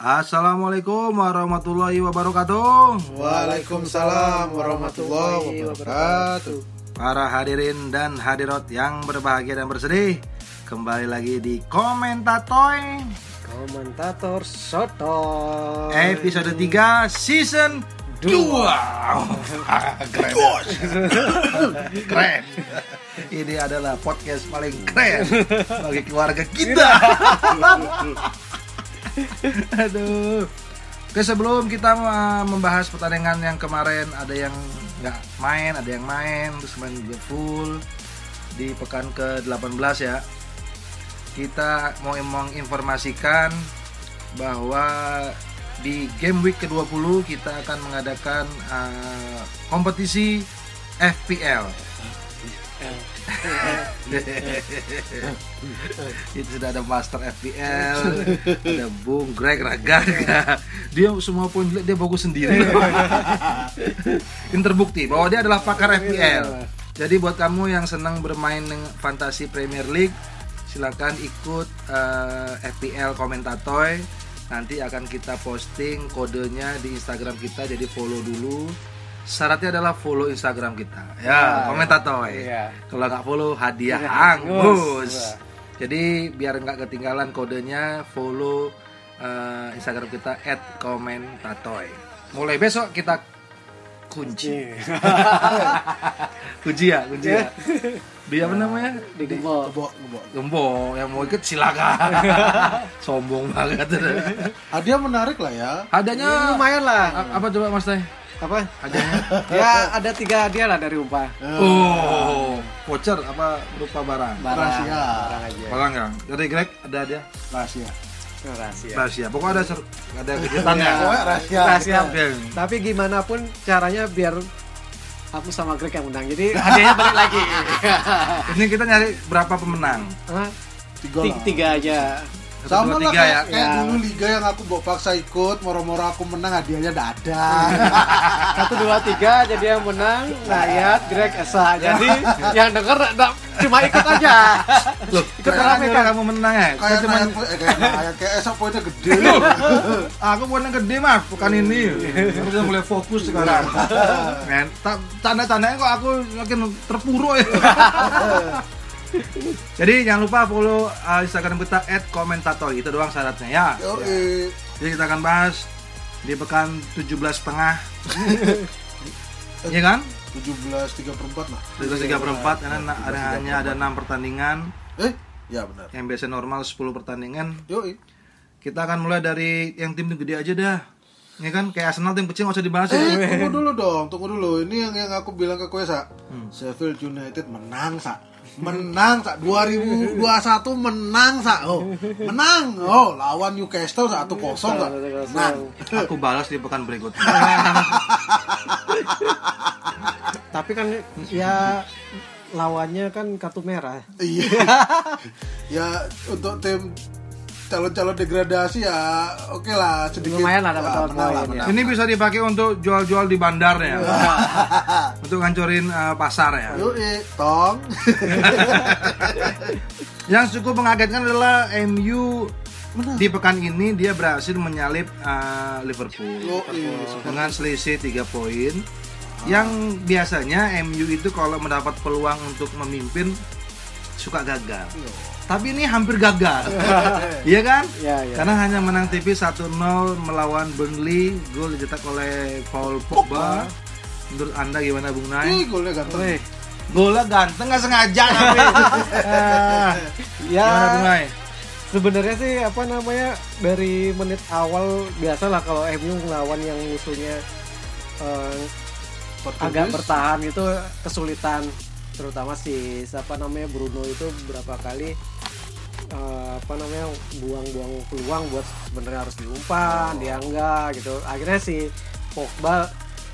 Assalamualaikum warahmatullahi wabarakatuh. Waalaikumsalam warahmatullahi wabarakatuh. Para hadirin dan hadirat yang berbahagia dan bersedih, kembali lagi di Komentatoy Komentator Soto episode 3 season 2. Keren. Ini adalah podcast paling keren bagi keluarga kita. Aduh. Oke, sebelum kita membahas pertandingan yang kemarin, ada yang nggak main, ada yang main, terus main juga full di pekan ke-18 ya. Kita mau menginformasikan bahwa di game week ke-20 kita akan mengadakan kompetisi FPL. Itu sudah ada Master FPL, ada Bung Greg Ragaga. Dia semua poin dia bagus sendiri. Ini terbukti bahwa dia adalah pakar FPL. Jadi buat kamu yang senang bermain Fantasy Premier League, silakan ikut FPL Komentatoy. Nanti akan kita posting kodenya di Instagram kita, jadi follow dulu. Syaratnya adalah follow Instagram kita ya, Komentatoy. Kalau nggak follow hadiah hangus. Jadi biar nggak ketinggalan kodenya, follow Instagram kita @komentatoy. Mulai besok kita kunci. kunci ya. Dia apa namanya? Gembok. Yang mau ikut silakan. Sombong banget. Hadiah menarik lah ya. Hadiahnya lumayan lah. Apa coba Mas Teh? Apa? Hadiahnya? Ya ada 3 hadiah lah dari Umpa. Oh, voucher apa berupa barang? Rahasia. Barang kan? Dari Greg ada hadiah? Rahasia. Pokoknya ada kejutannya. Rahasia. Tapi gimana pun caranya biar aku sama Greg yang menang. Jadi hadiahnya balik lagi. Ini kita nyari berapa pemenang? 3 aja. Sama lah ya. kayak dulu liga yang aku bawa paksa ikut, moro-moro aku menang, hadiahnya nggak ada. 1, 2, 3 jadi yang menang Nayat, Greg, Esa. Jadi yang denger cuma ikut aja. Loh, kamu menang ya? Kayak Esa poinnya gede. Aku poinnya gede mas, bukan ini. Aku udah mulai fokus sekarang. Men, tanda-tandanya kok aku makin terpuruk ya. Jadi jangan lupa follow Instagram kita @komentatoy. Itu doang syaratnya ya. Jadi kita akan bahas di pekan 17,5. Iya kan? 17/3/4 lah. 17/3/4 karena hanya ada 6 pertandingan. Ya benar. Yang biasa normal 10 pertandingan. Kita akan mulai dari yang tim gede aja dah. Ya kan, kayak Arsenal tim kecil nggak usah dibahas. Tunggu dulu. Ini yang aku bilang ke kowe, Sa. Sheffield United menang, Sa. 2021 menang, Sa. Menang. Lawan Newcastle 1-0, Sa. Menang. Aku balas di pekan berikutnya. Tapi kan ya lawannya kan kartu merah. Iya. Ya untuk tim calon-calon degradasi ya oke lah, sedikit lumayan lah dapat poin ya. Ini bisa dipakai untuk jual-jual di bandar ya. Untuk ngancurin pasar ya. Tong. Yang cukup mengagetkan adalah MU di pekan ini dia berhasil menyalip Liverpool dengan selisih 3 poin. Yang biasanya MU itu kalau mendapat peluang untuk memimpin suka gagal. Tapi ini hampir gagal. Iya kan? Ya. Karena hanya menang tipis 1-0 melawan Burnley. Gol dicetak oleh Paul Pogba. Menurut Anda gimana Bung Nay? Golnya ganteng. Golnya ganteng nggak sengaja tapi. Ya. Gimana Bung Nay? Sebenarnya sih dari menit awal biasalah kalau MU melawan yang musuhnya agak bertahan itu kesulitan. Terutama Bruno itu berapa kali buang-buang peluang buat sebenarnya harus diumpan, dia enggak gitu. Akhirnya si Pogba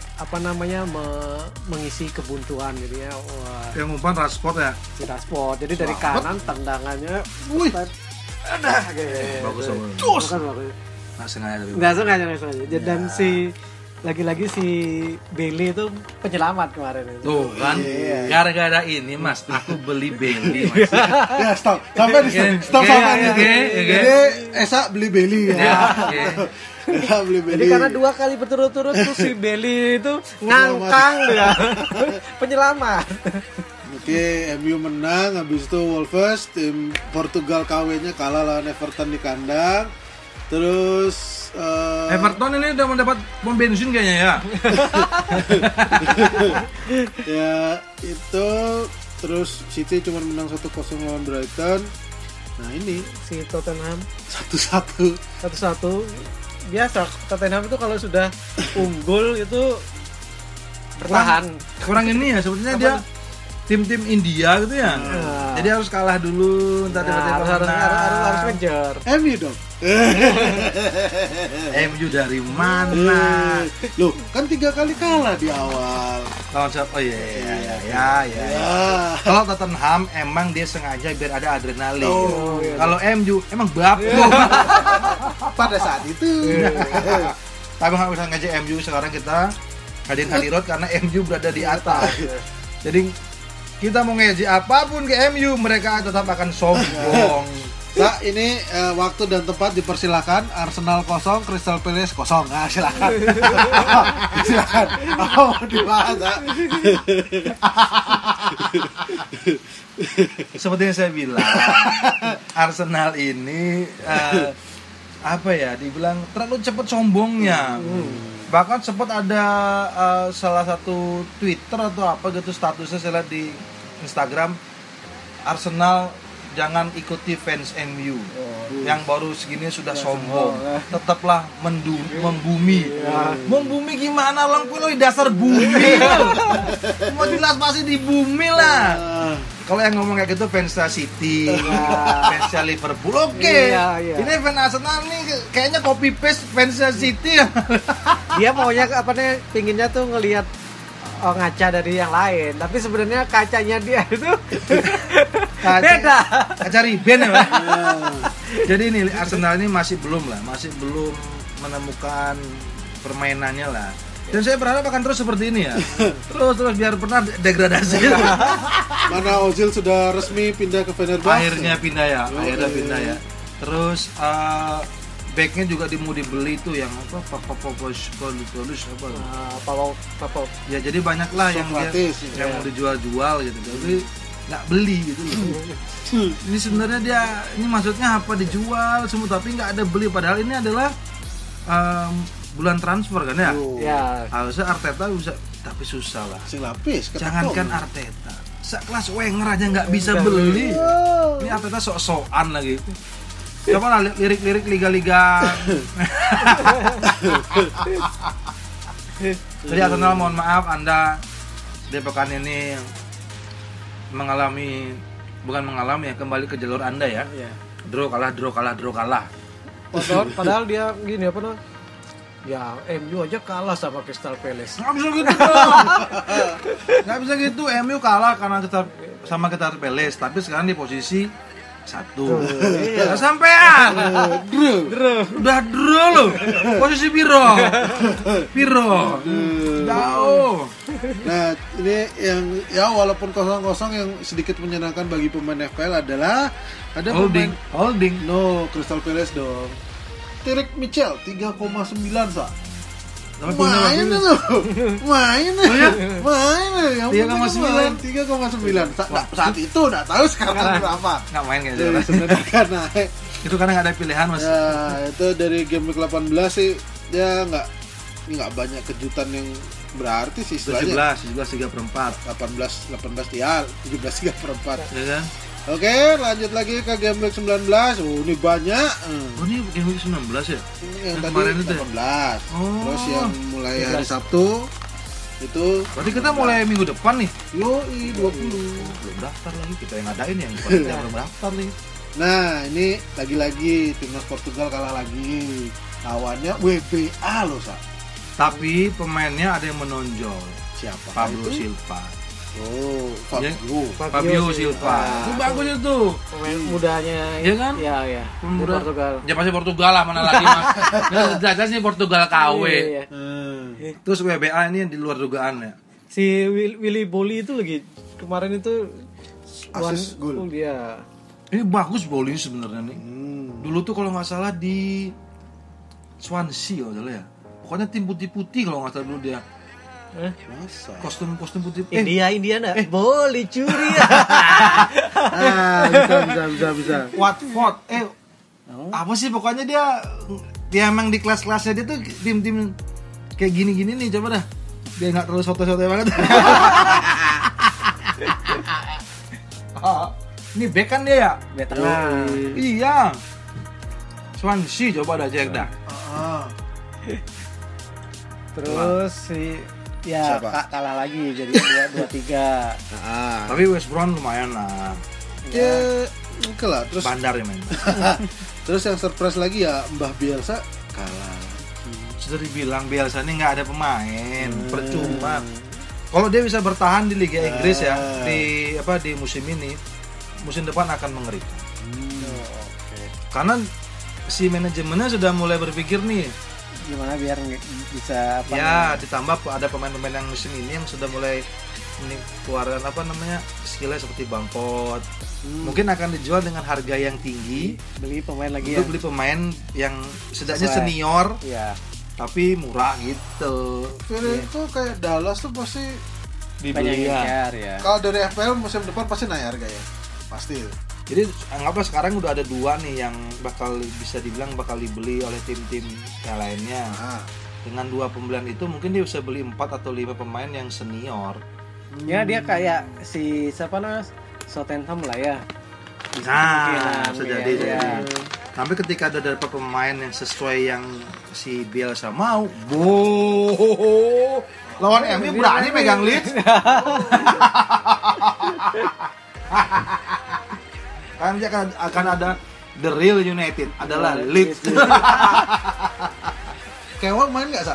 mengisi kebuntuan gitu ya. Yang umpan Rashford ya. Si Rashford. Jadi dari kanan tendangannya Bagus banget. Bukan. Nggak sengaja. Dan si lagi-lagi si Bailey itu penyelamat kemarin itu. Tuh kan, Iya. gara-gara ini Mas, aku beli Bailey Mas. Ya stop, sampai di sini. Stop Oke, sampai di oke, sini. oke. Jadi Esa beli Bailey ya. Ya, oke. Esa beli Bailey. Jadi karena 2 kali berturut-turut tuh si Bailey itu ngangkang dia. Penyelamat. Oke, MU menang, habis itu Wolves tim Portugal KW-nya kalah lawan Everton di kandang. Terus Everton ini udah mendapat pom bensin kayaknya ya. ya itu terus City cuma menang 1-0 lawan Brighton. Nah, ini Si Tottenham 1-1. 1-1. Biasa Tottenham itu kalau sudah unggul itu bertahan. Kurang ini ya, sebetulnya dia tim-tim India gitu ya. Nah. Jadi harus kalah dulu, ntar tiba-tiba harus menang. ngejar. MU dong. MU dari mana? Loh, kan 3 kali kalah di awal. Lawan siapa? Oh iya. Ya. Kalau Tottenham emang dia sengaja biar ada adrenalin. Oh, iya. Kalau MU emang bapuk. Pada saat itu. Tapi nggak usah ngajak MU, sekarang kita hadir-hadirot karena MU berada di atas. Jadi kita mau ngejek apapun ke MU, mereka tetap akan sombong. Sa, ini waktu dan tempat dipersilakan. Arsenal 0, Crystal Palace 0. Nah, silakan. Silakan. Apa mau dibahas, Sa? Seperti yang saya bilang, Arsenal ini apa ya, dibilang terlalu cepat sombongnya. Bahkan sempat ada salah satu Twitter atau apa gitu statusnya saya lihat di Instagram, Arsenal jangan ikuti fans MU yang baru segini sudah sombong. Tetaplah membumi. Membumi gimana, orang pun lo di dasar bumi. Mau jelas pasti di bumi lah. Kalau yang ngomong kayak gitu fansnya City, fansnya Liverpool, oke. Iya. Ini fans Arsenal nih kayaknya copy paste fansnya City. Dia maunya apa nih, pinginnya tuh ngelihat ngaca dari yang lain, tapi sebenarnya kacanya dia itu beda. Kaca riben ya, Pak. Jadi ini Arsenal ini masih belum menemukan permainannya lah. Dan saya berharap akan terus seperti ini ya. Terus biar pernah degradasi. Mana Ozil sudah resmi pindah ke Fenerbahce. Akhirnya pindah ya. Terus backnya juga mau dibeli tuh yang apa Papadopoulos apa. Ya jadi banyak lah yang Sokrates, yang mau dijual-jual gitu. Tapi nggak beli gitu loh. Ini sebenarnya dia ini maksudnya apa dijual semua tapi nggak ada beli, padahal ini adalah bulan transfer kan ya. Ya. Harusnya Arteta bisa, tapi susah lah. Sing lapis Jangankan Arteta, sekelas Wenger aja nggak bisa beli. Ini Arteta sok-sokan lagi. Coba lah lirik-lirik liga-liga. Jadi Arsenal mohon maaf, Anda di pekan ini kembali ke jalur Anda ya. Draw kalah. Padahal dia gini apa namanya? Ya, MU aja kalah sama Crystal Palace. Nggak bisa gitu. MU kalah karena sama Crystal Palace, tapi sekarang di posisi 1. Iya, sampean. Udah draw loh. Posisi piro. Jauh. Nah, ini yang ya walaupun 0-0 yang sedikit menyenangkan bagi pemain FPL adalah ada Holding. No, Crystal Palace dong. Tyrick Mitchell 3,9 Sa. Main lu. Yang 3,9. Saat itu enggak tahu sekarang berapa. Nggak main kayaknya. Sebenarnya kan naik. Itu karena nggak ada pilihan Mas. Ya, itu dari game week 18 sih dia nggak banyak kejutan yang berarti sih istilahnya. 17 3/4. 18 ya, 17 3/4. Ya kan? Oke, lanjut lagi ke game week 19. Oh, ini banyak. Oh, ini game week 19 ya? Yang tadi kemarin itu 18. Oh. Terus yang mulai hari Sabtu itu Berarti kita mulai minggu depan nih. yoi 20. Belum daftar lagi, kita yang ngadain yang kita belum daftar nih. Nah, ini lagi-lagi timnas Portugal kalah lagi. Lawannya WBA loh, Sa. Tapi pemainnya ada yang menonjol. Siapa? Pablo itu? Silva. Oh, Ya. Fabio. Fabio Silva. Itu bagus itu. Pemain mudanya. Iya kan? Iya. Di Muda. Portugal. Ya pasti Portugal lah, mana lagi mas. Jelas nih Portugal KW. Iya. Terus WBA ini yang di luar dugaan ya. Si Willy Boli itu lagi kemarin itu Assist gol. Dia. Ini bagus bowling sebenarnya nih. Dulu tuh kalau nggak salah di Swansea kalau salah ya. Pokoknya tim putih-putih kalau nggak salah dulu dia. Masa? Kostum putih. India enggak boleh curi ya. Bisa. Watford. Apa sih pokoknya dia emang di kelas-kelasnya dia tuh tim-tim kayak gini-gini nih, coba dah. Dia nggak terlalu soto-soto banget. Ini back kan dia ya? Back tengah. Iya. Swansea coba dah cek dah. Terus si ya Siapa? kalah lagi jadi 2-3. Tapi West Brom lumayan lah. Ya, oke lah. Terus Bandar ya main. terus yang surprise lagi ya Mbah Bielsa kalah. Sudah dibilang Bielsa ini nggak ada pemain, percuma. Kalau dia bisa bertahan di Liga Inggris ya, di musim ini, musim depan akan mengerikan. Karena si manajemennya sudah mulai berpikir nih, Gimana biar bisa apa? ya ditambah ada pemain-pemain yang musim ini yang sudah mulai keluarkan skillnya seperti Bamford. Mungkin akan dijual dengan harga yang tinggi Beli pemain lagi untuk beli pemain yang setidaknya Sesuai. senior ya. tapi murah gitu. Feeling itu kayak Dallas tuh pasti Dibeli ya. Ngejar ya. kalau dari FPL musim depan pasti naik harganya. Pasti. Jadi anggaplah sekarang udah ada 2 nih yang bisa dibilang bakal dibeli oleh tim-tim yang lainnya. Dengan 2 pembelian itu mungkin dia bisa beli 4 atau 5 pemain yang senior. Ya dia kayak si siapa Southampton lah ya. Nah, bisa Kemungkinan, jadi. ya. Tapi ketika ada dapat pemain yang sesuai yang si Bielsa mau, lawan MU berani megang Leeds. Kan dia akan ada the real United adalah Leeds. Kewal main nggak, Sa?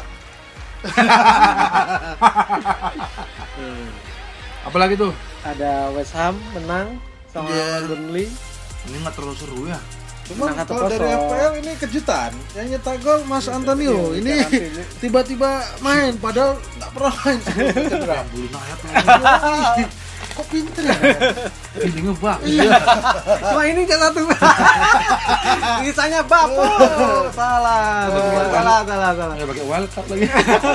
Apalagi tuh? Ada West Ham menang sama Burnley. Ini nggak terlalu seru ya. Cuma Menang kalau 1-0. dari FPL ini kejutan. Yang nyetak gol Mas Antonio. Ini tiba-tiba main padahal nggak pernah main. Cedera. Bulu nayat lagi. Kok pinter ya? Feelingnya bagus. Wah ini jangan satu. Misalnya Bapo. Salah. Ya pakai wildcard lagi.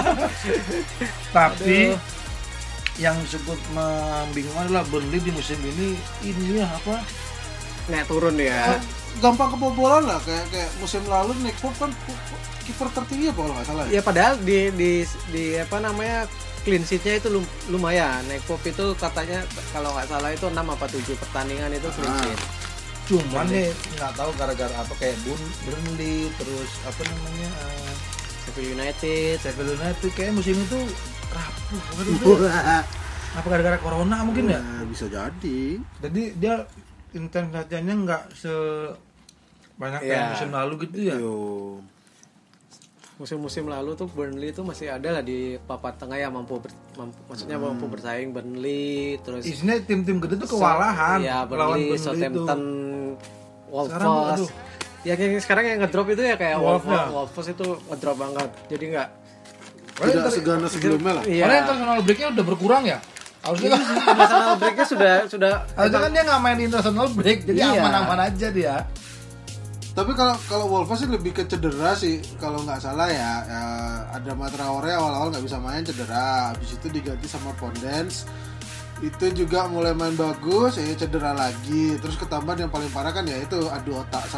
Tapi yang cukup membingungkan adalah Burnley di musim ini apa? Nek turun dia. Gampang kebobolan lah kayak musim lalu Nick Pope kan kiper tertinggi apa kalau nggak salah ya? Ya padahal di apa namanya clean sheet-nya itu lumayan. Nek Pope itu katanya kalau nggak salah itu 6 apa 7 pertandingan itu clean sheet. Cuman nih nggak tahu gara-gara apa kayak Burnley terus apa namanya Sheffield United kayak musim itu rapuh. Waduh. Apa gara-gara corona mungkin ya? Bisa jadi. Jadi dia intensitasnya nggak sebanyak kayak musim lalu gitu ya. Musim-musim lalu tuh Burnley itu masih ada lah di papan tengah ya mampu bersaing. Burnley terus Isinya tim-tim gede tuh kewalahan ya lawan Burnley, Burnley Southampton, Sekarang, Wolves. aduh. Ya kayak sekarang yang ngedrop itu ya kayak Wolves-nya. Wolves itu ngedrop banget. Jadi nggak Tidak seganas sebelumnya lah. iya. Karena international break-nya udah berkurang ya. Harusnya kan International break-nya sudah harusnya kan dia nggak main di international break, jadi Iya. aman-aman aja dia. Tapi kalau Wolves sih lebih ke cedera sih kalau nggak salah ya, ada Traoré awal-awal nggak bisa main cedera, habis itu diganti sama Pondens itu juga mulai main bagus ya cedera lagi, terus ketambahan yang paling parah kan ya itu adu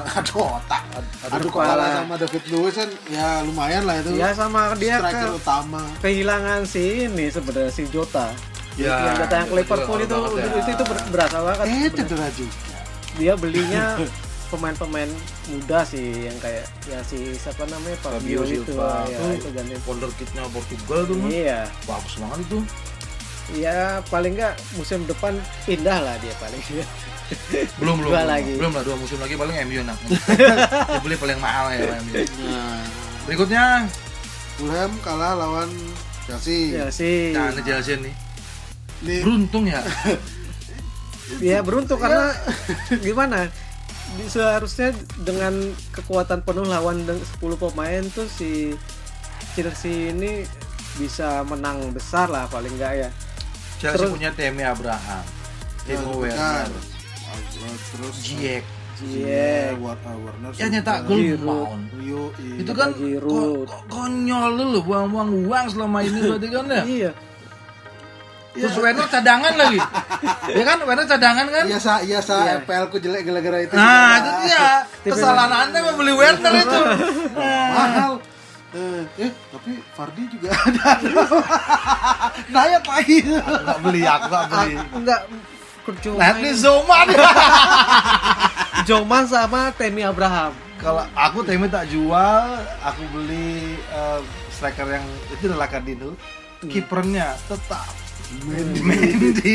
kepala sama David Luiz kan ya lumayan lah itu ya sama dia striker utama. kehilangan si ini sebenarnya si Jota. Ya, Yang Jota yang ke Liverpool itu itu berasa banget. Cedera juga. Dia belinya pemain-pemain muda sih yang kayak ya si siapa namanya Fabio itu Silva ya, tuh itu ganti wonderkidnya Portugal tuh mah. iya Bagus banget itu. ya paling nggak musim depan pindah lah dia paling Belum Dua lagi. Belum lah 2 musim lagi paling MU nak. Dia beli paling mahal ya MU. Nah, Berikutnya Fulham kalah lawan Chelsea. ya sih nah ini Chelsea nih. nih Beruntung ya. Ya beruntung karena gimana? Seharusnya dengan kekuatan penuh lawan 10 pemain tuh si Chelsea ini bisa menang besar lah paling enggak ya. Chelsea Terus- punya Tammy Abraham, Timo Werner, terus Ziyech. Iya. Warner Ya nyetak gol Giroud. Mount. Itu Itu kan Giroud. konyol dulu buang-buang uang selama ini berarti kan ya. Iya. Terus Werner cadangan lagi. Ya kan Werner cadangan kan? iya sa Iya. FPL ku jelek gara-gara itu. Nah, itu dia. Kesalahan Anda membeli Werner itu. Mahal. Tapi Fardi juga ada. Nayat lagi. Enggak beli, aku enggak beli. Enggak Nah, ini Zoman. Joman sama Tammy Abraham. Kalau aku Temi tak jual, aku beli striker yang itu adalah Kadino. Kipernya tetap Mendy.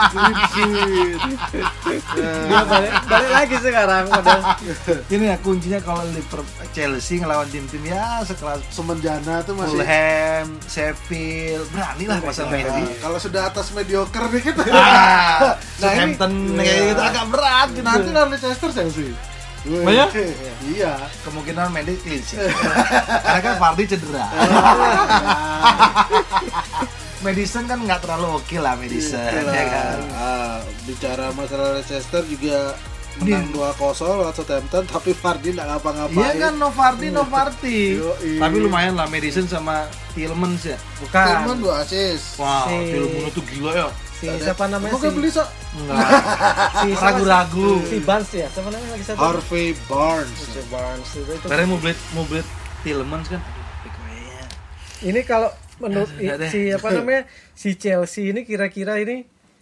Dia balik lagi sekarang padahal. Ini ya kuncinya kalau Liverpool Chelsea ngelawan tim-tim ya sekelas Semenjana tuh masih Fulham, Sheffield, beranilah pasang Mendy. kalau sudah atas mediocre dikit. Ah, Nah, ini- Southampton kayak gitu agak berat. Nanti lawan Leicester Chelsea. ya? Iya. Kemungkinan Mendy clean sheet. Karena kan Vardy cedera. Madison kan nggak terlalu oke lah Madison, ya kan. Bicara masalah Leicester juga menang 2-0 lawan Southampton, tapi Vardy nggak ngapa-ngapain. Iya kan, no Vardy, no party. Yoi. Tapi lumayan lah Madison sama Tielemans ya. Tillman Bukan. 2 assist. Wah, Si- Tielemans tuh gila ya. Si siapa namanya Kok beli so? Enggak. si Ragu-ragu. Si Barnes ya. Siapa namanya lagi satu? Harvey Barnes. Si Barnes itu. Karena mau beli Tielemans kan. Aduh, kayaknya. Ini kalau menurut Enggak deh. si apa namanya si Chelsea ini kira-kira ini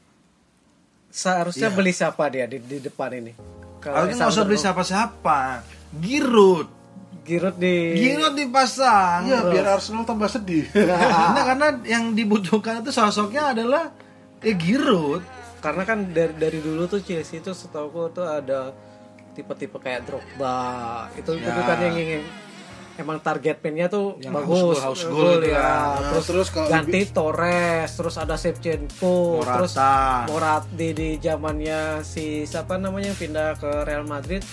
seharusnya Iya. beli siapa dia di depan ini? Harusnya nggak usah beli siapa-siapa. Giroud. Giroud dipasang. Iya, biar Arsenal tambah sedih. Nah, karena yang dibutuhkan itu sosoknya adalah Giroud. karena kan dari dulu tuh Chelsea itu setahu tuh ada tipe-tipe kayak Drogba. Itu Ya. kan yang ingin emang target man-nya tuh Yang bagus. house goal itu ya. kan. Terus kalau Ganti Torres, terus ada Shevchenko, Morata. terus di zamannya si siapa namanya yang pindah ke Real Madrid,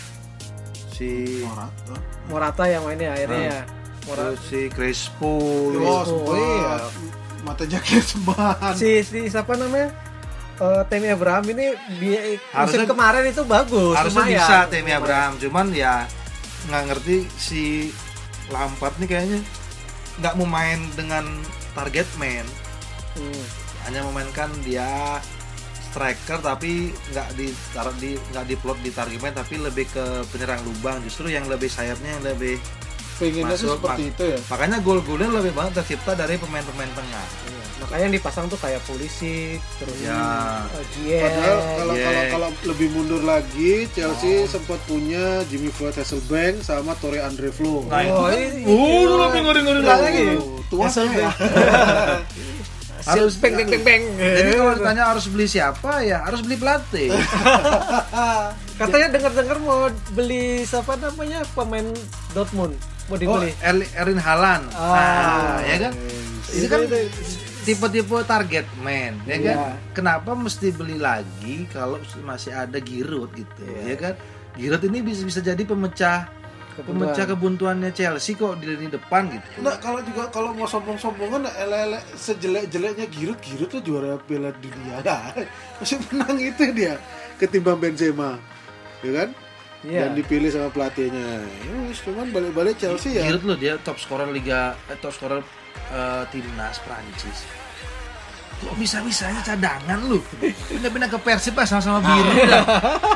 Si Morata yang mainnya akhirnya ya. terus si Crespo. Oh, Oh, iya. mata jaket sembahan. Si siapa namanya? Tammy Abraham ini musim Harusnya- kemarin itu bagus, Harusnya lumayan. bisa Tammy Abraham, cuman ya nggak ngerti si Lampard nih kayaknya nggak mau main dengan target man, hanya memainkan dia striker tapi nggak diplot di target man, tapi lebih ke penyerang lubang, justru yang lebih sayapnya yang lebih Pengennya sih masuk, seperti itu ya. makanya gol-golnya lebih banget tercipta dari pemain-pemain tengah. Iya, makanya yang dipasang tuh kayak polisi terus Ya. Padahal kalau Iya. kalau lebih mundur lagi, Chelsea sempat punya Jimmy Floyd Hasselbank sama Tore Andre Flo. Nah, itu Oh, kan, iya. lebih ngeri-ngeri lagi. Tua ya. harus beng beng beng beng. Jadi kalau ditanya harus beli siapa, ya harus beli pelatih. Katanya dengar-dengar mau beli siapa namanya pemain Dortmund mau Oh, dibeli. Erling Haaland. Ah. Nah, ya kan? Ini kan tipe-tipe target man, ya kan? Iya. Kenapa mesti beli lagi kalau masih ada Giroud gitu, ya kan? Giroud ini bisa jadi pemecah kebuntuannya Chelsea kok di lini depan gitu. Nah, kalau mau sombong-sombongan ele-ele sejelek-jeleknya Giroud tuh juara Piala Dunia lah. Masih menang itu dia ketimbang Benzema. Ya kan? Iya. Dan dipilih sama pelatihnya. Ya, wis, cuman balik-balik Chelsea ya. Giroud loh, dia top scorer top scorer timnas Prancis. Kok bisa-bisanya cadangan lu? Pindah-pindah ke Persib lah sama-sama biru dah.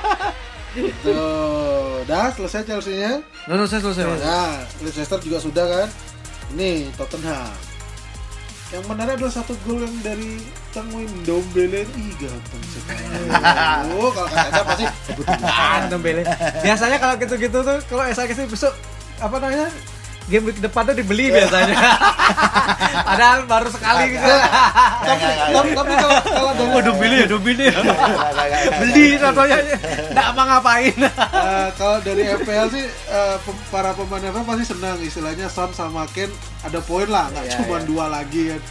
Tuh, dah selesai Chelsea-nya. Selesai. Mas. Nah, Leicester juga sudah kan. Nih, Tottenham. Yang menarik adalah satu gol yang dari Tanguin Ndombele. Ih, ganteng sekali. Oh, kalau kata pasti kebetulan. Ndombele. Biasanya kalau gitu-gitu tuh kalau SKS besok apa namanya? Game week depannya dibeli biasanya. Padahal baru sekali gitu. Tapi kalau dari Ndombele ya. Beli contohnya. Enggak apa ngapain. kalau dari FPL sih para pemain FPL pasti senang, istilahnya Son sama Kane ada poin lah, nggak Iya, cuma iya. dua lagi kan.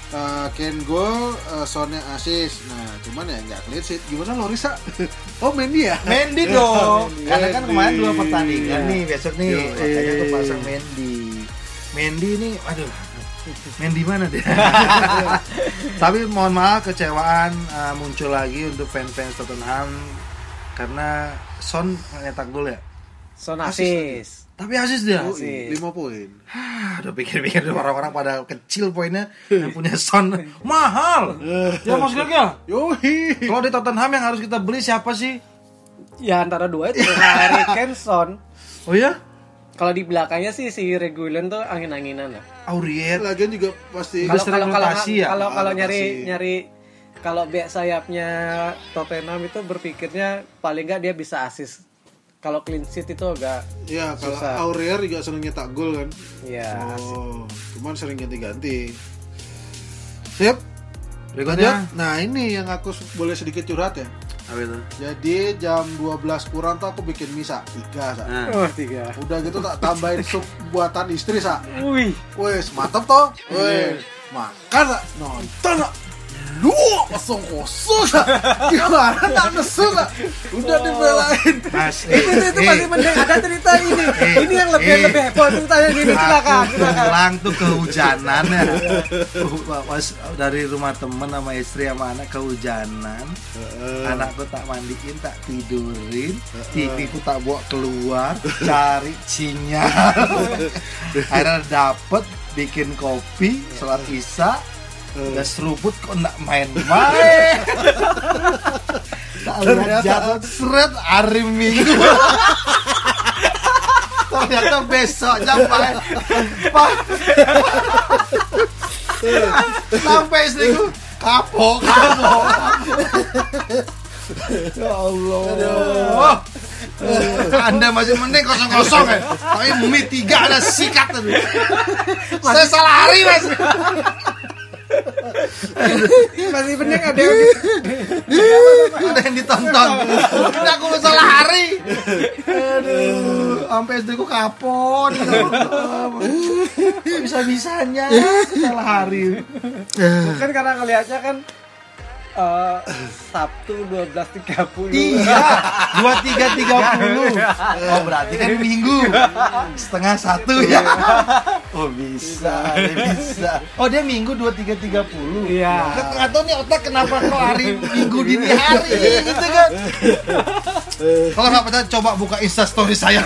Kane gol, Son-nya assist. Nah, cuman ya nggak clean sheet. Gimana lo Risa? Oh, Mendy ya? Mendy dong. Karena kan kemarin 2 pertandingan Iya. nih, besok nih. Yo, Makanya tuh pasang Mendy. Mendy ini, aduh. Mendy mana dia? Tapi mohon maaf kecewaan muncul lagi untuk fans-fans Tottenham karena Son nyetak gol ya. Son assist. Tapi asis dia. Oh, Assist. 5 poin. Udah pikir-pikir orang-orang pada kecil poinnya yang punya Son mahal. Ya Mas Gagal. Yoi. Kalau di Tottenham yang harus kita beli siapa sih? Ya antara dua itu Harry Kane, Son. Oh ya? Kalau di belakangnya sih si Reguilon tuh angin-anginan lah. Aurier. Lagian juga pasti Kalau- rotasi ya? Kalau Rotasi. nyari kalau back sayapnya Tottenham itu berpikirnya paling nggak dia bisa assist. Kalau clean sheet itu agak ya kalau susah. Aurier juga sering nyetak gol kan. ya Oh, cuman sering ganti-ganti. Sip. Berikutnya. Lanjut. Nah, ini yang aku boleh sedikit curhat ya. Apa itu? Jadi jam 12 kurang tuh aku bikin misa 3 Sa. Nah. Oh, 3. Udah gitu tak tambahin sup buatan istri Sa. Wih, Wes, mantap toh. Wes, makan Sa. Nonton Sa. Lu kosong Sa. Gimana tak nesu Sa. Udah dibelain. Mas, itu masih mending ada cerita ini. Ini yang lebih heboh ceritanya gini, silakan. pulang tuh kehujanan ya. Pas dari rumah temen sama istri sama anak kehujanan. Anakku tak mandiin, tak tidurin, TV ku tak bawa keluar, cari sinyal. Akhirnya dapet, bikin kopi, sholat isya, udah seruput kok nggak main-main. Tak lihat jadwal seret hari Minggu. Ternyata besoknya main. Sampai istriku kapok. Ya Allah. Anda masih mending kosong-kosong ya. Tapi mie 3 ada sikat tuh. Saya salah hari mas. Masih mending ada yang Ada yang ditonton. Udah aku salah hari. Aduh, sampai istriku kapon. Bisa-bisanya salah hari. kan karena ngelihatnya kan Sabtu 12.30. Iya, 23.30. Oh berarti kan Minggu 12:30 ya. Oh bisa. Oh dia Minggu 23.30. Iya. Nggak tahu nih otak kenapa kok hari Minggu dini hari gitu kan. Kalau nggak percaya coba buka Instastory saya.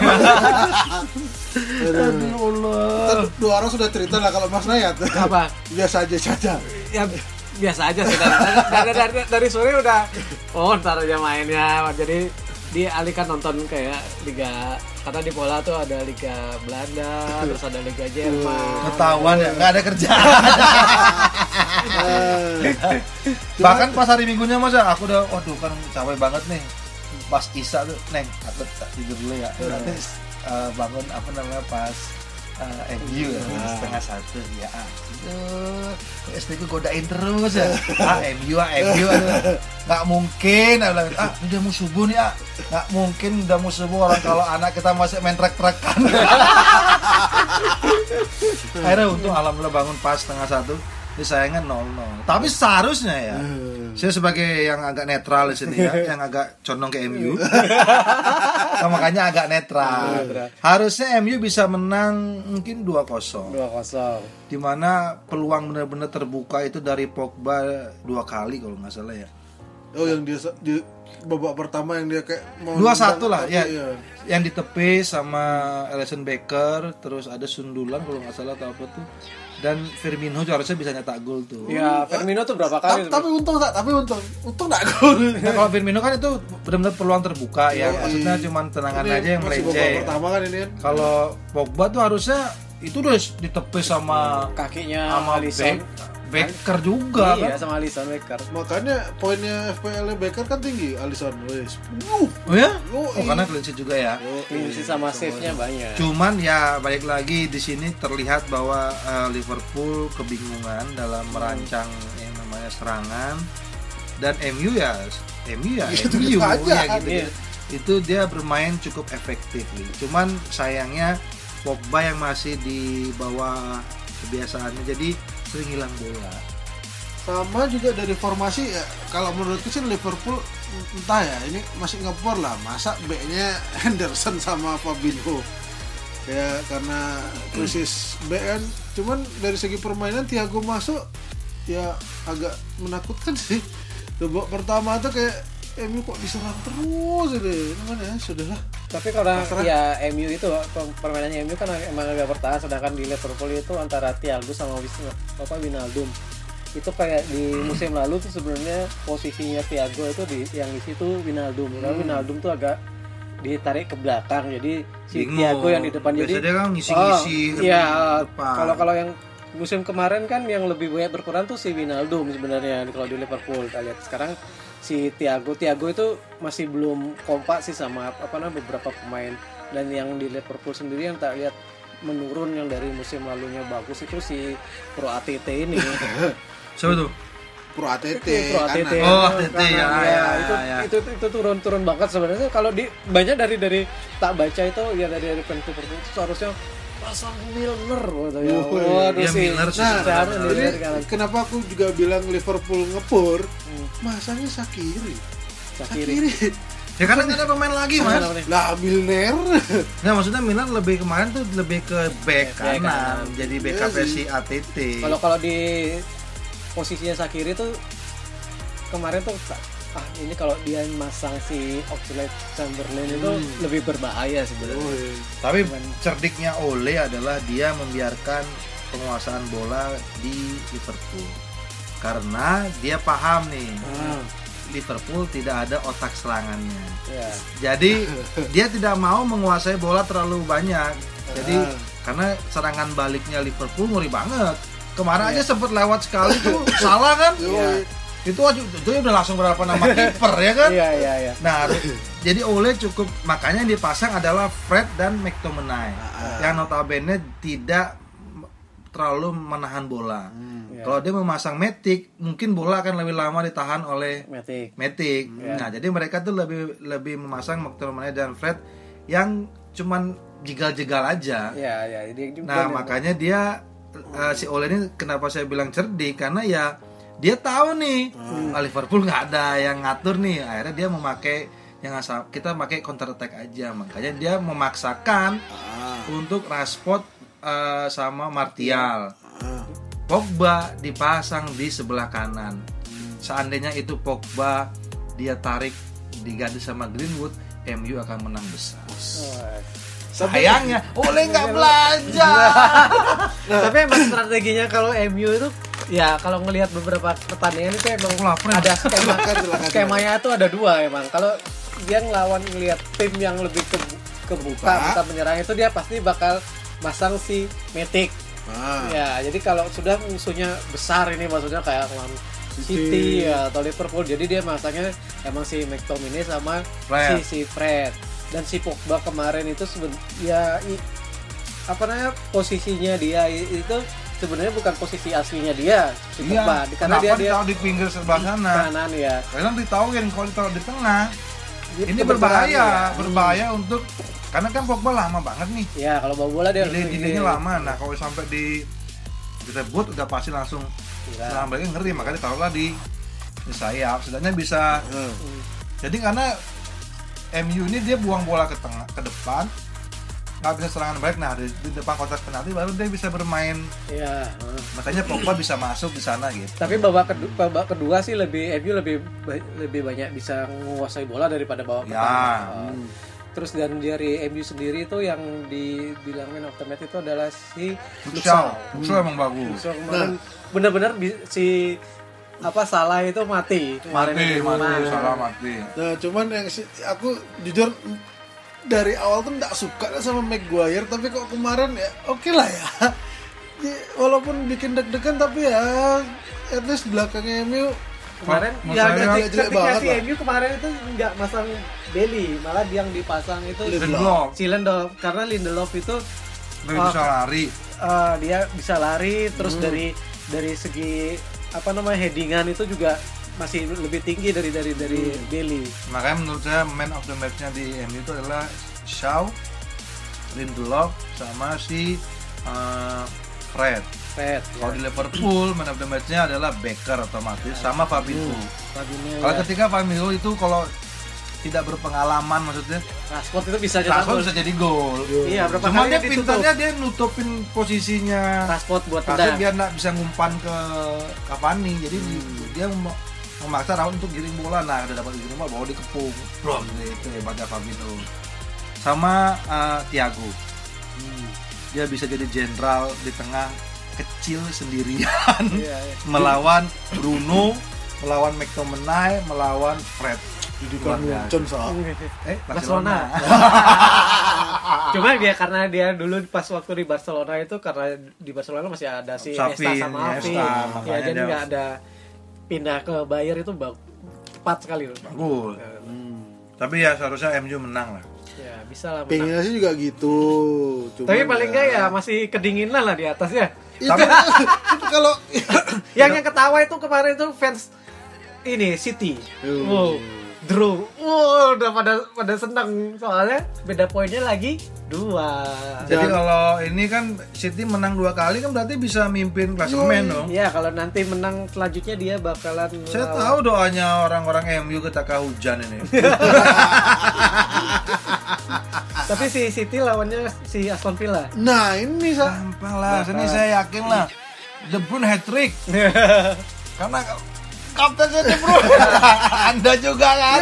Aduh Allah. Dua orang sudah cerita lah kalau Mas Nayat. Apa? Biasa aja saja. Ya biasa aja sih dari sore udah ntar aja mainnya, jadi dialihkan nonton kayak liga, karena di bola tuh ada liga Belanda, terus ada liga Jerman. Ketahuan ya nggak ada kerjaan. Bahkan pas hari Minggunya mas ya, aku udah waduh kan capek banget nih. Pas Isya tuh neng aku tak tidur dulu ya. Nanti bangun apa namanya pas MU ya, 12:30 ya. Aduh, istriku godain terus ya. MU aduh. Nggak mungkin, aku bilang, ini udah mau subuh nih nggak mungkin udah mau subuh orang kalau anak kita masih main trek-trekan. Akhirnya untung alhamdulillah bangun pas 12:30. Disayangkan 0-0. Tapi seharusnya ya, saya sebagai yang agak netral di sini ya, yang agak condong ke MU, makanya agak netral. Harusnya MU bisa menang mungkin 2-0. 2-0. Dimana peluang benar-benar terbuka itu dari Pogba 2 kali kalau nggak salah ya. Oh yang dia di babak pertama yang dia kayak mau 2-1 lah ya. Iya. Yang ditepis sama Alisson Becker, terus ada sundulan kalau nggak salah atau apa tuh. Dan Firmino harusnya bisa nyetak gol tuh. Ya Firmino tuh berapa kali? Tapi untung enggak gol. Nah, kalau Firmino kan itu benar-benar peluang terbuka ya. Maksudnya cuma tenangan aja yang Masih babak meleceh. pertama kan ini kan. Kalau Pogba tuh harusnya itu udah ditepis sama Kakinya Alisson. Becker juga Iya, kan. sama Alisson Becker. Makanya poinnya FPL Becker kan tinggi, Alisson wes. Oh ya? Oh, Oh karena clean sheet juga ya. Clean sheet sama save-nya banyak. Cuman ya balik lagi di sini terlihat bahwa Liverpool kebingungan dalam merancang yang namanya serangan, dan MU ya MU ya Gitu ya aja. gitu. Iya. Itu dia bermain cukup efektif. Cuman sayangnya Pogba yang masih di bawah kebiasaannya jadi sering hilang bola. Sama juga dari formasi ya, kalau menurutku sih Liverpool entah ya, ini masih ngepor lah, masa backnya Henderson sama Fabinho ya, karena krisis back kan. Cuman dari segi permainan Thiago masuk ya agak menakutkan sih. Babak pertama tuh kayak MU kok diserang terus deh, gimana ya, sudahlah. Tapi karena Pasrah. ya MU itu permainannya MU kan emang agak bertahan, sedangkan di Liverpool itu antara Thiago sama Wijnaldum. Itu kayak di musim lalu tuh sebenarnya posisinya Thiago itu yang di situ Wijnaldum. Karena Wijnaldum tuh agak ditarik ke belakang, jadi si Bingung. Thiago yang di depan. Biasanya Jadi dia kan ngisi-ngisi iya, depan. kalau yang musim kemarin kan yang lebih banyak berperan tuh si Wijnaldum sebenarnya kalau di Liverpool. Kita lihat sekarang si Thiago itu masih belum kompak sih sama beberapa pemain, dan yang di Liverpool sendiri yang tak lihat menurun, yang dari musim lalunya bagus itu si Pro ATT ini. Siapa tuh? Pro ATT Pro ATT. kanan. Oh, ATT, ya, ya. Itu turun banget sebenarnya. Kalau di banyak dari tak baca itu ya, dari fans Liverpool itu seharusnya pasang Milner gitu ya. Waduh Iya, sih. Milner sih Nah, seharusnya sebenarnya. dari ini kanan. kenapa aku juga bilang Liverpool ngepur, masanya Shaqiri. Shaqiri. Ya karena nggak ada pemain lagi mas. Lah Milner. Nah maksudnya Milan lebih kemarin tuh lebih ke back Back kanan, kanan. jadi Iya backup sih. si ATT. Kalau di posisinya Shaqiri tuh kemarin tuh ini kalau dia masang si Oxlade-Chamberlain itu lebih berbahaya sebenarnya. Tapi cerdiknya Ole adalah dia membiarkan penguasaan bola di Liverpool karena dia paham nih Liverpool tidak ada otak serangannya. Ya. Jadi dia tidak mau menguasai bola terlalu banyak. Jadi karena serangan baliknya Liverpool ngeri banget. Kemarin aja sempat lewat sekali tuh salah kan? Iya. Itu udah langsung berapa nama kiper ya kan? Iya. Nah, jadi Ole cukup, makanya yang dipasang adalah Fred dan McTominay yang notabene tidak terlalu menahan bola. Kalau dia memasang Matic, mungkin bola akan lebih lama ditahan oleh Matic. Nah, jadi mereka tuh lebih memasang McTominay dan Fred yang cuman jegal-jegal aja. Iya. Nah, makanya dia si Ole ini kenapa saya bilang cerdik, karena ya dia tahu nih Liverpool nggak ada yang ngatur nih, akhirnya dia memakai yang asal kita pakai counter attack aja, makanya dia memaksakan untuk Rashford sama Martial. Pogba dipasang di sebelah kanan. Seandainya itu Pogba dia tarik diganti sama Greenwood, MU akan menang besar. Sayangnya Ole nggak belajar. Tapi emang strateginya kalau MU itu ya, kalau ngelihat beberapa pertandingan itu emang ada skemanya itu ada dua emang. Kalau dia ngelihat tim yang lebih kebuka menyerang itu, dia pasti bakal masang si Matic. Ya, jadi kalau sudah musuhnya besar ini, maksudnya kayak lawan City ya, atau Liverpool, jadi dia masangnya emang si McTominay sama si Fred. Dan si Pogba kemarin itu posisinya dia itu sebenarnya bukan posisi aslinya dia, si Pogba. Karena dia ditaruh di pinggir sebelah kanan ya. Kadang ditauin kalau ditaruh di tengah. Ini berbahaya untuk, karena kan Pogba lama banget nih. Ya, kalau bawa bola dia delay-nya lama. Nah, kalau sampai direbut udah pasti langsung serangan baliknya ngeri, makanya ditaruhlah di sayap. Setidaknya bisa. Jadi karena MU ini dia buang bola ke tengah, ke depan, nggak bisa serangan balik. Nah, di depan kotak penalti baru dia bisa bermain. Iya. Makanya Pogba bisa masuk di sana gitu. Tapi babak kedua sih MU lebih banyak bisa menguasai bola daripada babak pertama. Terus dan dari MU sendiri itu yang dibilang man of the match itu adalah si Luxau. Luxau emang bagus. Luxau kemarin benar-benar si Salah itu mati. Salah mati. Nah, cuman yang aku jujur dari awal tuh nggak suka sama Maguire, tapi kok kemarin ya oke lah ya. Walaupun bikin deg-degan tapi ya at least belakangnya MU kemarin ketika si MU kemarin itu nggak masang Bailey, malah yang dipasang itu Lindelof, karena Lindelof itu bisa lari. Dia bisa lari, terus dari segi headingan itu juga masih lebih tinggi dari Bailey. Makanya menurut saya man of the match-nya di MU itu adalah Shaw, Lindelof sama si Fred. Kalau ya. di Liverpool man of the match-nya adalah Becker otomatis sama Fabinho. Fabinho, Kalau ya. ketika Fabinho itu kalau tidak berpengalaman maksudnya Rashford itu bisa cetak Rashford gol. bisa jadi gol. Iya, berapa Cuma kali dia ditutup. pintarnya dia nutupin posisinya Rashford buat Rashford tendang. biar nggak bisa ngumpan ke Cavani. Jadi dia memaksa Raul untuk giring bola. Nah, udah dapat giring bola bawa dikepung. Bro, itu hebatnya Fabinho. Sama Thiago. Dia bisa jadi jenderal di tengah kecil sendirian Iya. melawan Bruno, melawan McTominay, melawan Fred. Didikan Luar Munchen sa. Barcelona. Cuma dia karena dia dulu pas waktu di Barcelona itu karena di Barcelona masih ada si Xavi, Iniesta sama Alvi. Iniesta, Ya makanya jadi dia- nggak ada pindah ke Bayern itu tepat sekali loh. Bagus. Tapi ya seharusnya MU menang lah. Ya bisa lah menang. Pengennya sih juga gitu. Cuman Tapi paling enggak ya masih kedinginan lah di atas ya. itu, itu kalau Yang ketawa itu kemarin itu fans ini City. Wow. Draw. Wow, udah pada senang soalnya beda poinnya lagi 2. Jadi Dan- kalau ini kan City menang 2 kali kan berarti bisa mimpin klasemen dong. Iya, kalau nanti menang selanjutnya dia bakalan Saya melawan- tahu doanya orang-orang MU ketika hujan ini. Tapi si City lawannya si Aston Villa. nah ini sa. Gampang lah, ini saya yakin lah. De Bruyne hat-trick. Karena kapten saya De Bruyne. Anda juga kan?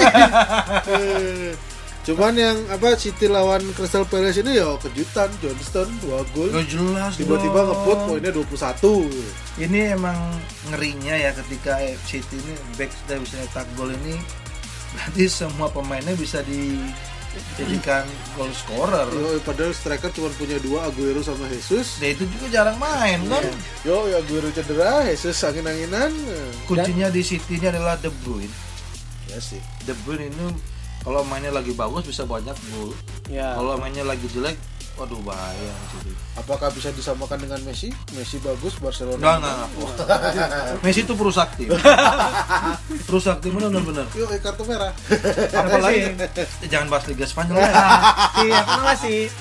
Cuman yang City lawan Crystal Palace ini ya kejutan. Johnston 2 gol. Gak jelas Tiba-tiba dong. ngebut poinnya 21. Ini emang ngerinya ya ketika City ini back sudah bisa nyetak gol ini. Berarti semua pemainnya bisa dijadikan goal scorer. Yo, padahal striker cuma punya 2, Aguero sama Jesus. Nah itu juga jarang main kan. Yo, Aguero cedera, Jesus angin-anginan. Kuncinya di City ini adalah De Bruyne. Ya sih. De Bruyne ini kalau mainnya lagi bagus bisa banyak gol. Ya. Kalau mainnya lagi jelek, waduh bahaya City. Apakah bisa disamakan dengan Messi? Messi bagus, Barcelona. Enggak. Messi itu perusak tim. Perusak tim benar-benar. Yo, kartu merah. Apalagi jangan bahas Liga Spanyol ya. si apa namanya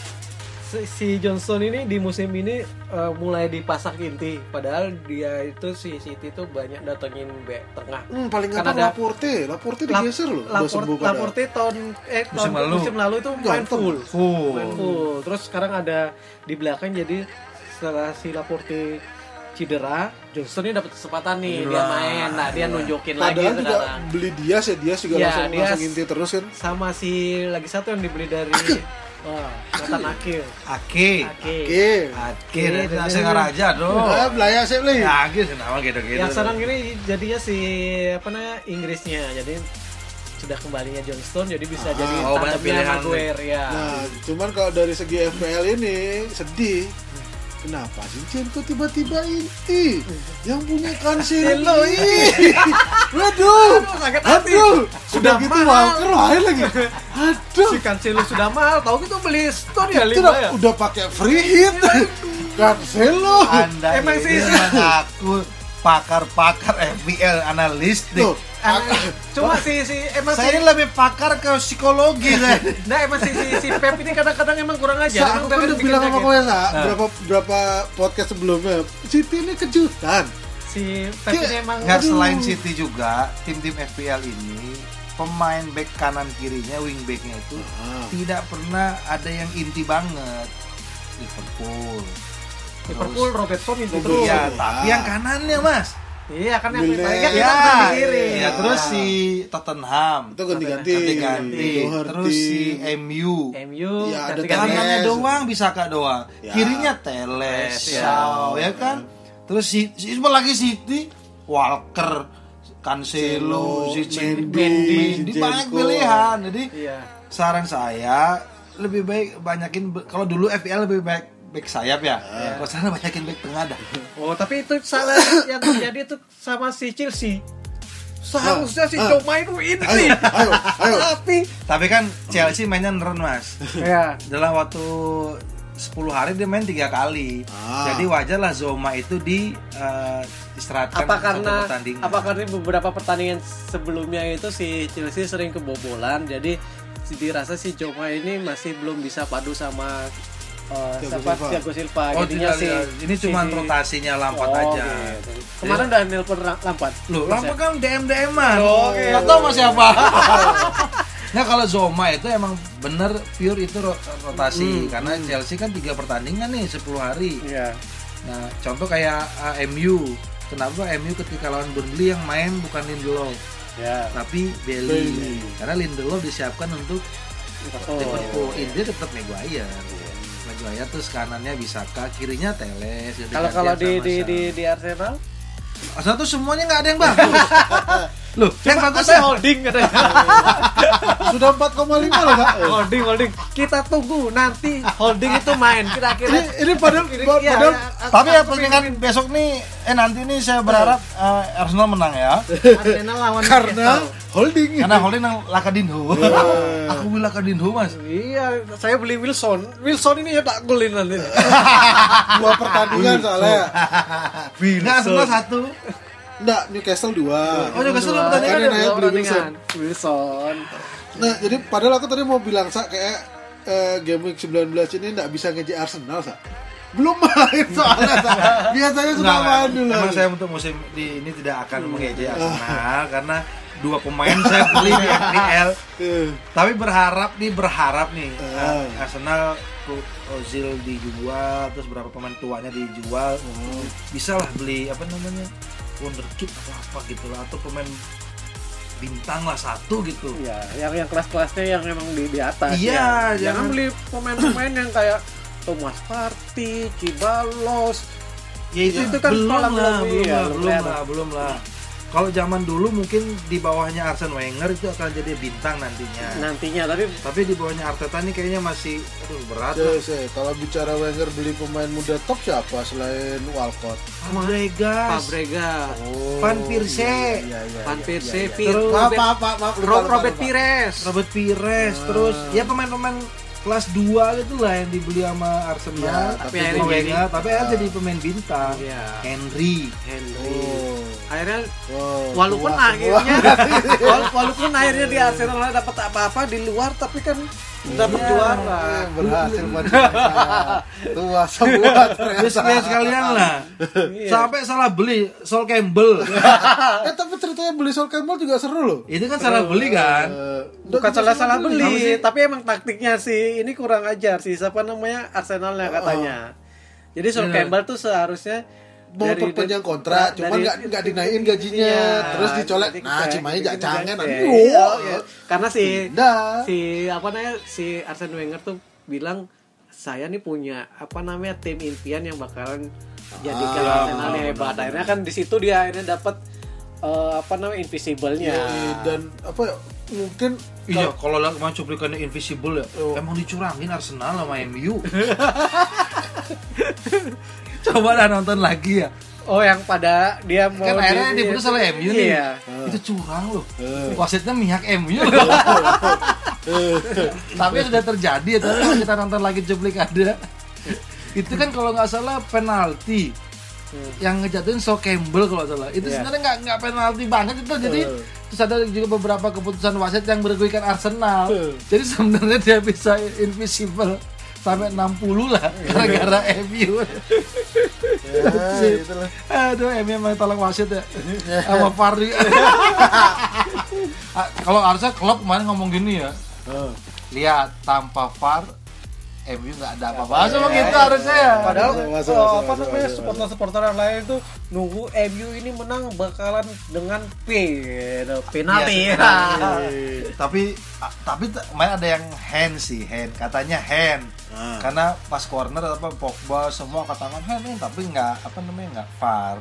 si Johnson ini di musim ini mulai dipasang inti, padahal dia itu si City itu banyak datengin back tengah. Paling Kan apa ada- Laporte digeser loh. Udah sembuh pada. Laporte musim lalu itu main Ganteng. full. Main full. Terus sekarang ada di belakang, jadi setelah si Laporte cedera, Johnson ini dapat kesempatan nih dia main. Nah, dia nunjukin lagi Padahal juga sekarang. beli Dias juga Ya, langsung Dias. inti terus kan. Sama si lagi satu yang dibeli dari Nathan Ake. Ake. Oke. Ake. Saya ngaraja dong. Belaya sih beli. Ya, Ake kenapa gitu-gitu. Yang sekarang ini jadinya si Inggrisnya. Jadi sudah kembalinya Johnston, jadi bisa jadi oh, banyak tandemnya pilihan. Maguire ya. Nah, cuman kalau dari segi FPL ini sedih. Kenapa Zinchenko tiba-tiba inti? Yang punya Cancelo ini. Waduh. Sakit hati. Aduh. Sudah Sudah gitu mahal. Walker lain lagi. Aduh. Si Cancelo sudah mahal, tahu gitu beli Stone ya Itu 5 ya. udah pakai free hit. Cancelo. Anda Emang ini sih- mengaku pakar-pakar FPL analistik. Tuh. Cuma emang Saya ini lebih pakar ke psikologi saya. Nah emang si Pep ini kadang-kadang emang kurang aja. Sa, aku kan udah bilang sama kowe Sa, Nah. berapa podcast sebelumnya. City ini kejutan. Si Pep ini emang Nggak Aduh. selain City juga, tim-tim FPL ini pemain back kanan kirinya, wing backnya itu tidak pernah ada yang inti banget. Liverpool Robertson itu Robertson. terus. Iya, Ya. tapi yang kanannya mas. Iya kan yang Milner. paling kan Ya, kita bisa di kiri. ya, terus si Tottenham Itu ganti-ganti. ganti-ganti, Doherty. terus si MU. MU Ya, ada ganti-ganti. Kanannya Teles. doang bisa kak doang, Ya. kirinya Teles, Ya. Shaw, ya kan. Terus si lagi City, Walker, Cancelo, Mendy, di banyak pilihan. Jadi Iya. saran saya lebih baik banyakin kalau dulu FPL lebih baik back sayap ya. Kalau sekarang banyakin back tengah dah. Oh tapi itu salah yang terjadi itu sama si Chelsea. Seharusnya si Joma itu inti. Ayo. Tapi kan Chelsea mainnya neren mas. Ya. Dalam waktu 10 hari dia main 3 kali. Jadi wajarlah Zoma itu istirahatkan Apa satu karena pertandingan. beberapa pertandingan sebelumnya itu si Chelsea sering kebobolan, jadi dirasa si Joma ini masih belum bisa padu sama Thiago Silva. Oh, Jadinya tidak, ini cuma rotasinya Lampard aja. Gitu. Kemarin udah nelpon Lampard. Loh, Lampard kan DM-an. Oke. Nggak tahu sama siapa. Nah, kalau Zoma itu emang bener pure itu rotasi karena Chelsea kan 3 pertandingan nih 10 hari. Iya. Nah, contoh kayak MU. Kenapa MU ketika lawan Burnley yang main bukan Lindelof, tapi Bailey. Karena Lindelof disiapkan untuk Liverpool. Dia tetap Maguire. Maguire terus kanannya Bisaka, kirinya Teles. Kalau di Arsenal? Arsenal tuh semuanya nggak ada yang bagus. Loh, yang bagus Saya holding katanya. Sudah 4,5 loh, Kak. Holding. Kita tunggu nanti holding itu main kira-kira. Ini padahal Tapi ya pertandingan besok nih nanti nih saya berharap Arsenal menang ya. Arsenal lawan karena holding. Karena holding nang Lakadinho. Aku beli Lakadinho, Mas. Iya, saya beli Wilson. Wilson ini ya tak golin nanti. 2 pertandingan soalnya. Nah, Arsenal 1. Enggak, Newcastle 2. Oh, Newcastle Kan pertandingan naik beli Wilson. Nah, jadi padahal aku tadi mau bilang kayak game week 19 ini enggak bisa ngeji Arsenal, belum main soalnya. Biasanya sudah main dulu. Emang saya untuk musim ini tidak akan mengejek Arsenal karena 2 pemain saya beli di FPL. Tapi berharap nih Arsenal Ozil dijual, terus berapa pemain tuanya dijual. Bisa lah beli wonderkid atau apa gitu lah, atau pemain bintang lah 1 gitu. Iya, yang kelas-kelasnya yang memang di atas. Iya, jangan beli pemain-pemain yang kayak Thomas Partey, Cibalos. Ya itu kan belum lah. Kalau zaman dulu mungkin di bawahnya Arsene Wenger itu akan jadi bintang nantinya. Tapi di bawahnya Arteta nih kayaknya masih berat. Kalau bicara Wenger beli pemain muda top siapa selain Walcott? Fabregas. Van Persie. Van Persie, Robert Pires. Terus ya pemain-pemain kelas 2 gitu lah yang dibeli sama Arsenal. Tapi akhirnya jadi pemain bintang. Henry. Akhirnya walaupun akhirnya di Arsenal dapat apa-apa di luar, tapi kan dapat juara. Berhasil tua semua Ternyata sekalian lah. Sampai salah beli Sol Campbell. Tapi ceritanya beli Sol Campbell juga seru loh. Itu kan salah beli kan? Bukan salah beli, tapi emang taktiknya sih ini kurang ajar sih. Siapa namanya Arsenalnya katanya. Jadi Sol Campbell tuh seharusnya mau perpanjang kontrak, cuman nggak dinaikin gajinya, terus dicolek. Nah, Cimahi jangan. Karena si Arsene Wenger tuh bilang saya nih punya tim impian yang bakalan jadikan Arsenal hebat. Akhirnya kan di situ dia akhirnya dapat invisible-nya. Dan mungkin kalau lah kemarin cuplikannya invisible ya. Emang dicurangin Arsenal sama MU. Coba dah nonton lagi ya. Oh, yang pada dia mau kan akhirnya diputus oleh MU nih. Itu curang loh. Wasitnya mihak MU loh. Tapi sudah terjadi, tapi kalau kita nonton lagi cuplikannya itu kan kalau nggak salah penalti yang ngejatuhin Sol Campbell kalau salah. Itu sebenarnya nggak penalti banget itu. Jadi terus ada juga beberapa keputusan wasit yang merugikan Arsenal. Jadi sebenarnya dia bisa invisible sampai 60 lah gara-gara MU. Aduh, MU emang tolong wasit ya. Sama VAR. Kalau Arsenal klub kemarin ngomong gini ya. Lihat tanpa VAR MU nggak ada apa-apa. Sama gitu harusnya ya. Padahal supporter yang lain tuh nunggu MU ini menang bakalan dengan penalti. Tapi main ada yang hand katanya hand. Karena pas corner Pogba semua angkat tangan hand, tapi nggak VAR.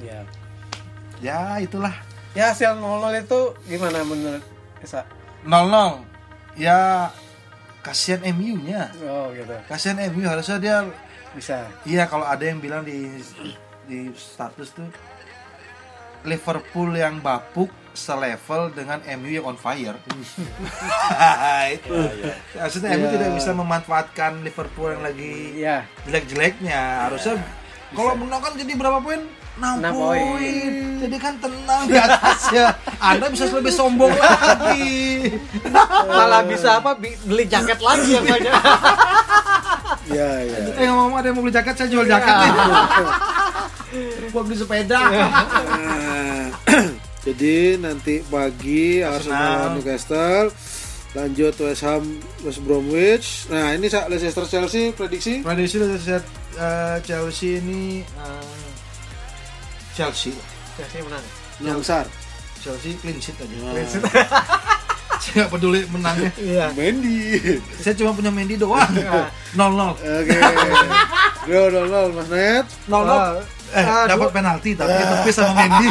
Ya itulah. Ya hasil 0-0 itu gimana menurut Esa? 0-0. Ya kasihan MU-nya. Oh gitu. Kasihan MU, harusnya dia bisa. Iya, kalau ada yang bilang di status tuh Liverpool yang bapuk selevel dengan MU yang on fire. Itu. Maksudnya MU tidak bisa memanfaatkan Liverpool yang lagi jelek-jeleknya. Harusnya kalau menang kan jadi berapa poin? 6 poin. Jadi kan tenang di atasnya. Anda bisa lebih sombong lagi. Malah bisa beli jaket lagi yang banyak. Iya. Ngomong ada yang mau beli jaket, saya jual jaket nih. Buat beli sepeda. Jadi nanti pagi Arsenal Newcastle, lanjut West Ham West Bromwich. Nah ini Leicester Chelsea prediksi Leicester Chelsea ini Chelsea menang. besar. Chelsea clean sheet aja. Saya nggak peduli menangnya. Iya. Mendy. Saya cuma punya Mendy doang. 0-0. Oke. Bro 0-0 Mas Net. 0-0. Dapat penalti tapi tepis sama Mendy.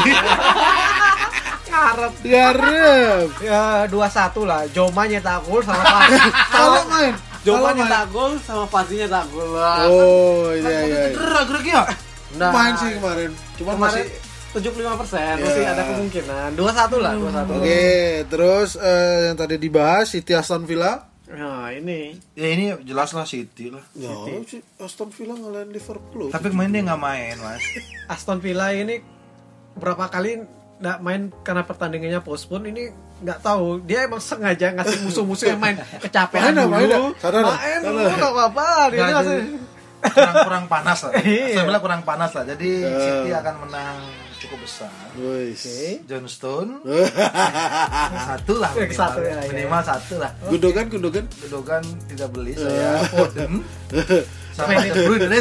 Garep. Ya 2-1 lah. Joma nyetak gol sama Fati. Kalau main. Joma nyetak gol sama Fati nyetak gol. Oh iya. Gerak ya. Main sih kemarin. Cuma masih 75%, masih ada kemungkinan. 2-1 lah, 2-1. Oke, terus yang tadi dibahas City Aston Villa. Nah, ini. Ya ini jelas lah City lah. Ya, Aston Villa ngalahin Liverpool. Tapi kemarin dia nggak main, Mas. Aston Villa ini berapa kali nggak main karena pertandingannya postpone, ini nggak tahu. Dia emang sengaja ngasih musuh-musuh yang main kecapean dulu. Main dulu, nggak apa-apa. Dia kurang panas lah. Aston Villa kurang panas lah. Jadi City akan menang cukup besar. Okay. John Stone satu lah minimal satu lah. Gundogan tidak beli saya. Foden sama De Bruyne.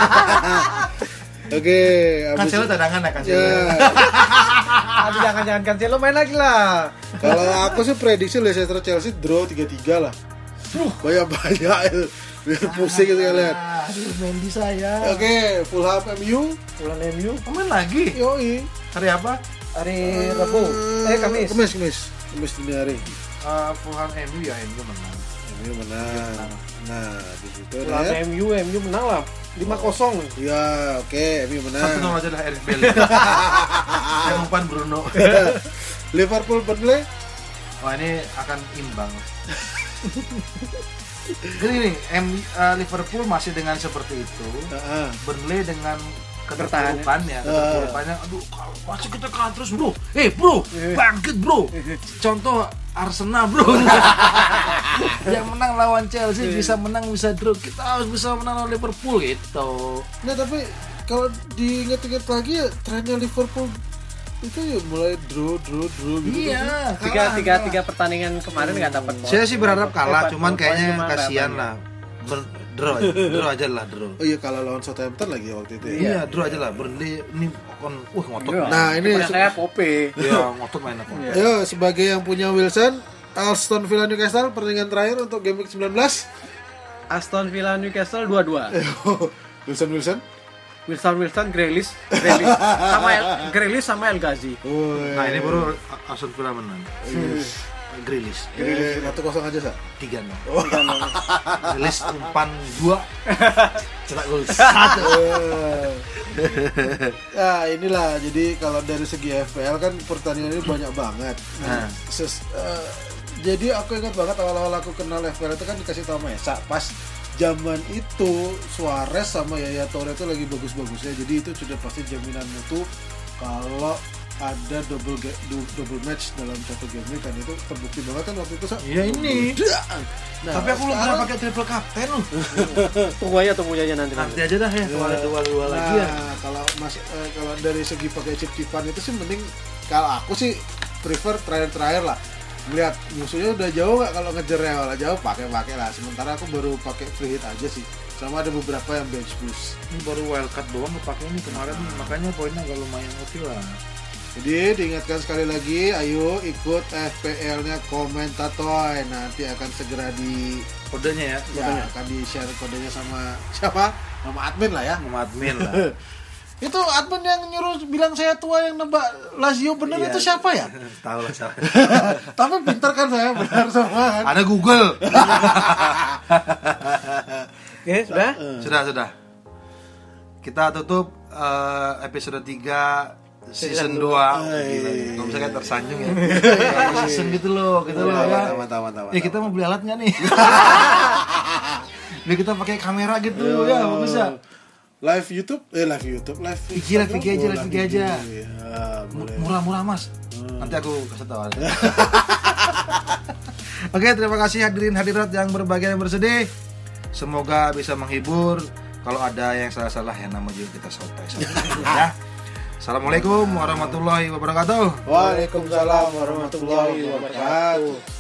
Oke, Cancelo cadangan ya Cancelo. Aduh jangan Cancelo main lagi lah. Kalau aku sih prediksi Leicester Chelsea draw 3-3 lah. Banyak biar pusing gitu kalian. Aduh Mendy saya. Oke, Fulham MU. Main lagi. Yoi. Hari apa? Hari Rabu. Kamis dini hari. Fulham MU ya MU menang. MU menang. Nah, di situ Fulham MU menang lah. 5-0. Ya, oke, MU menang. 1-0 aja lah Eric Bailly. Yang umpan Bruno. Liverpool Burnley. Wah ini akan imbang. Jadi Liverpool masih dengan seperti itu. Burnley dengan keterpurukannya. Aduh, masih kita kalah terus bro. Bro, bangkit bro. Contoh Arsenal bro. Yang menang lawan Chelsea bisa menang bisa draw. Kita harus bisa menang lawan Liverpool gitu. Nah tapi kalau diingat-ingat lagi ya trennya Liverpool itu ya mulai draw gitu. Iya, tiga pertandingan kemarin nggak dapat. Saya sih berharap kalah, cuman kayaknya kasihan lah. Draw aja lah. Oh iya, kalah lawan Southampton lagi waktu itu ya. Iya, draw aja lah. Burnley ini kon ngotot. Nah, ini saya Pope. Iya, ngotot main aku. Ayo, sebagai yang punya Wilson, Aston Villa Newcastle pertandingan terakhir untuk game week 19. Aston Villa Newcastle 2-2. Wilson Grealish sama El Ghazi. Nah, ini baru Aston Villa menang. Grealish. 1-0 aja, Sa? 3-0. Grealish umpan 2. Cetak gol 1. Nah, inilah jadi kalau dari segi FPL kan pertandingan ini banyak banget. Jadi aku ingat banget awal-awal aku kenal FPL itu kan dikasih tahu Mesa pas zaman itu Suarez sama Yaya Toure itu lagi bagus-bagusnya. Jadi itu sudah pasti jaminan mutu kalau ada double match dalam satu game ini kan, itu terbukti banget kan waktu itu. Iya ini. Nah, tapi aku belum pernah pakai triple captain loh. Tunggu aja nanti aja dah ya. Dua lagi ya. Kalau kalau dari segi pakai chip-chipan itu sih mending, kalau aku sih prefer terakhir lah. Lihat musuhnya udah jauh nggak, kalau ngejarnya kalau jauh pakai lah. Sementara aku baru pakai free hit aja sih. Sama ada beberapa yang bench boost. Ini baru wildcard doang pakai ini kemarin, makanya poinnya agak lumayan oke lah. Jadi diingatkan sekali lagi, ayo ikut FPL-nya Komentatoy. Nanti akan segera di kodenya ya. Akan di share kodenya sama siapa? Nama admin lah ya. Itu admin yang nyuruh bilang saya tua yang nebak Lazio bener, itu siapa ya? Tahu lah siapa. Tapi pintar kan saya, benar semua kan. Ada Google. Oke, sudah. Kita tutup episode 3 season 2. Kalau misalnya tersanjung ya. Season gitu loh ya. Mantap. Kita mau beli alat nggak nih? Biar kita pakai kamera gitu ya, bisa. Live YouTube, IG aja. Ya, murah mas. Nanti aku kasih tahu. Oke, terima kasih hadirin hadirat yang berbahagia dan bersedih. Semoga bisa menghibur. Kalau ada yang salah-salah ya nama juga kita sopai ya. Assalamualaikum warahmatullahi wabarakatuh. Waalaikumsalam warahmatullahi wabarakatuh.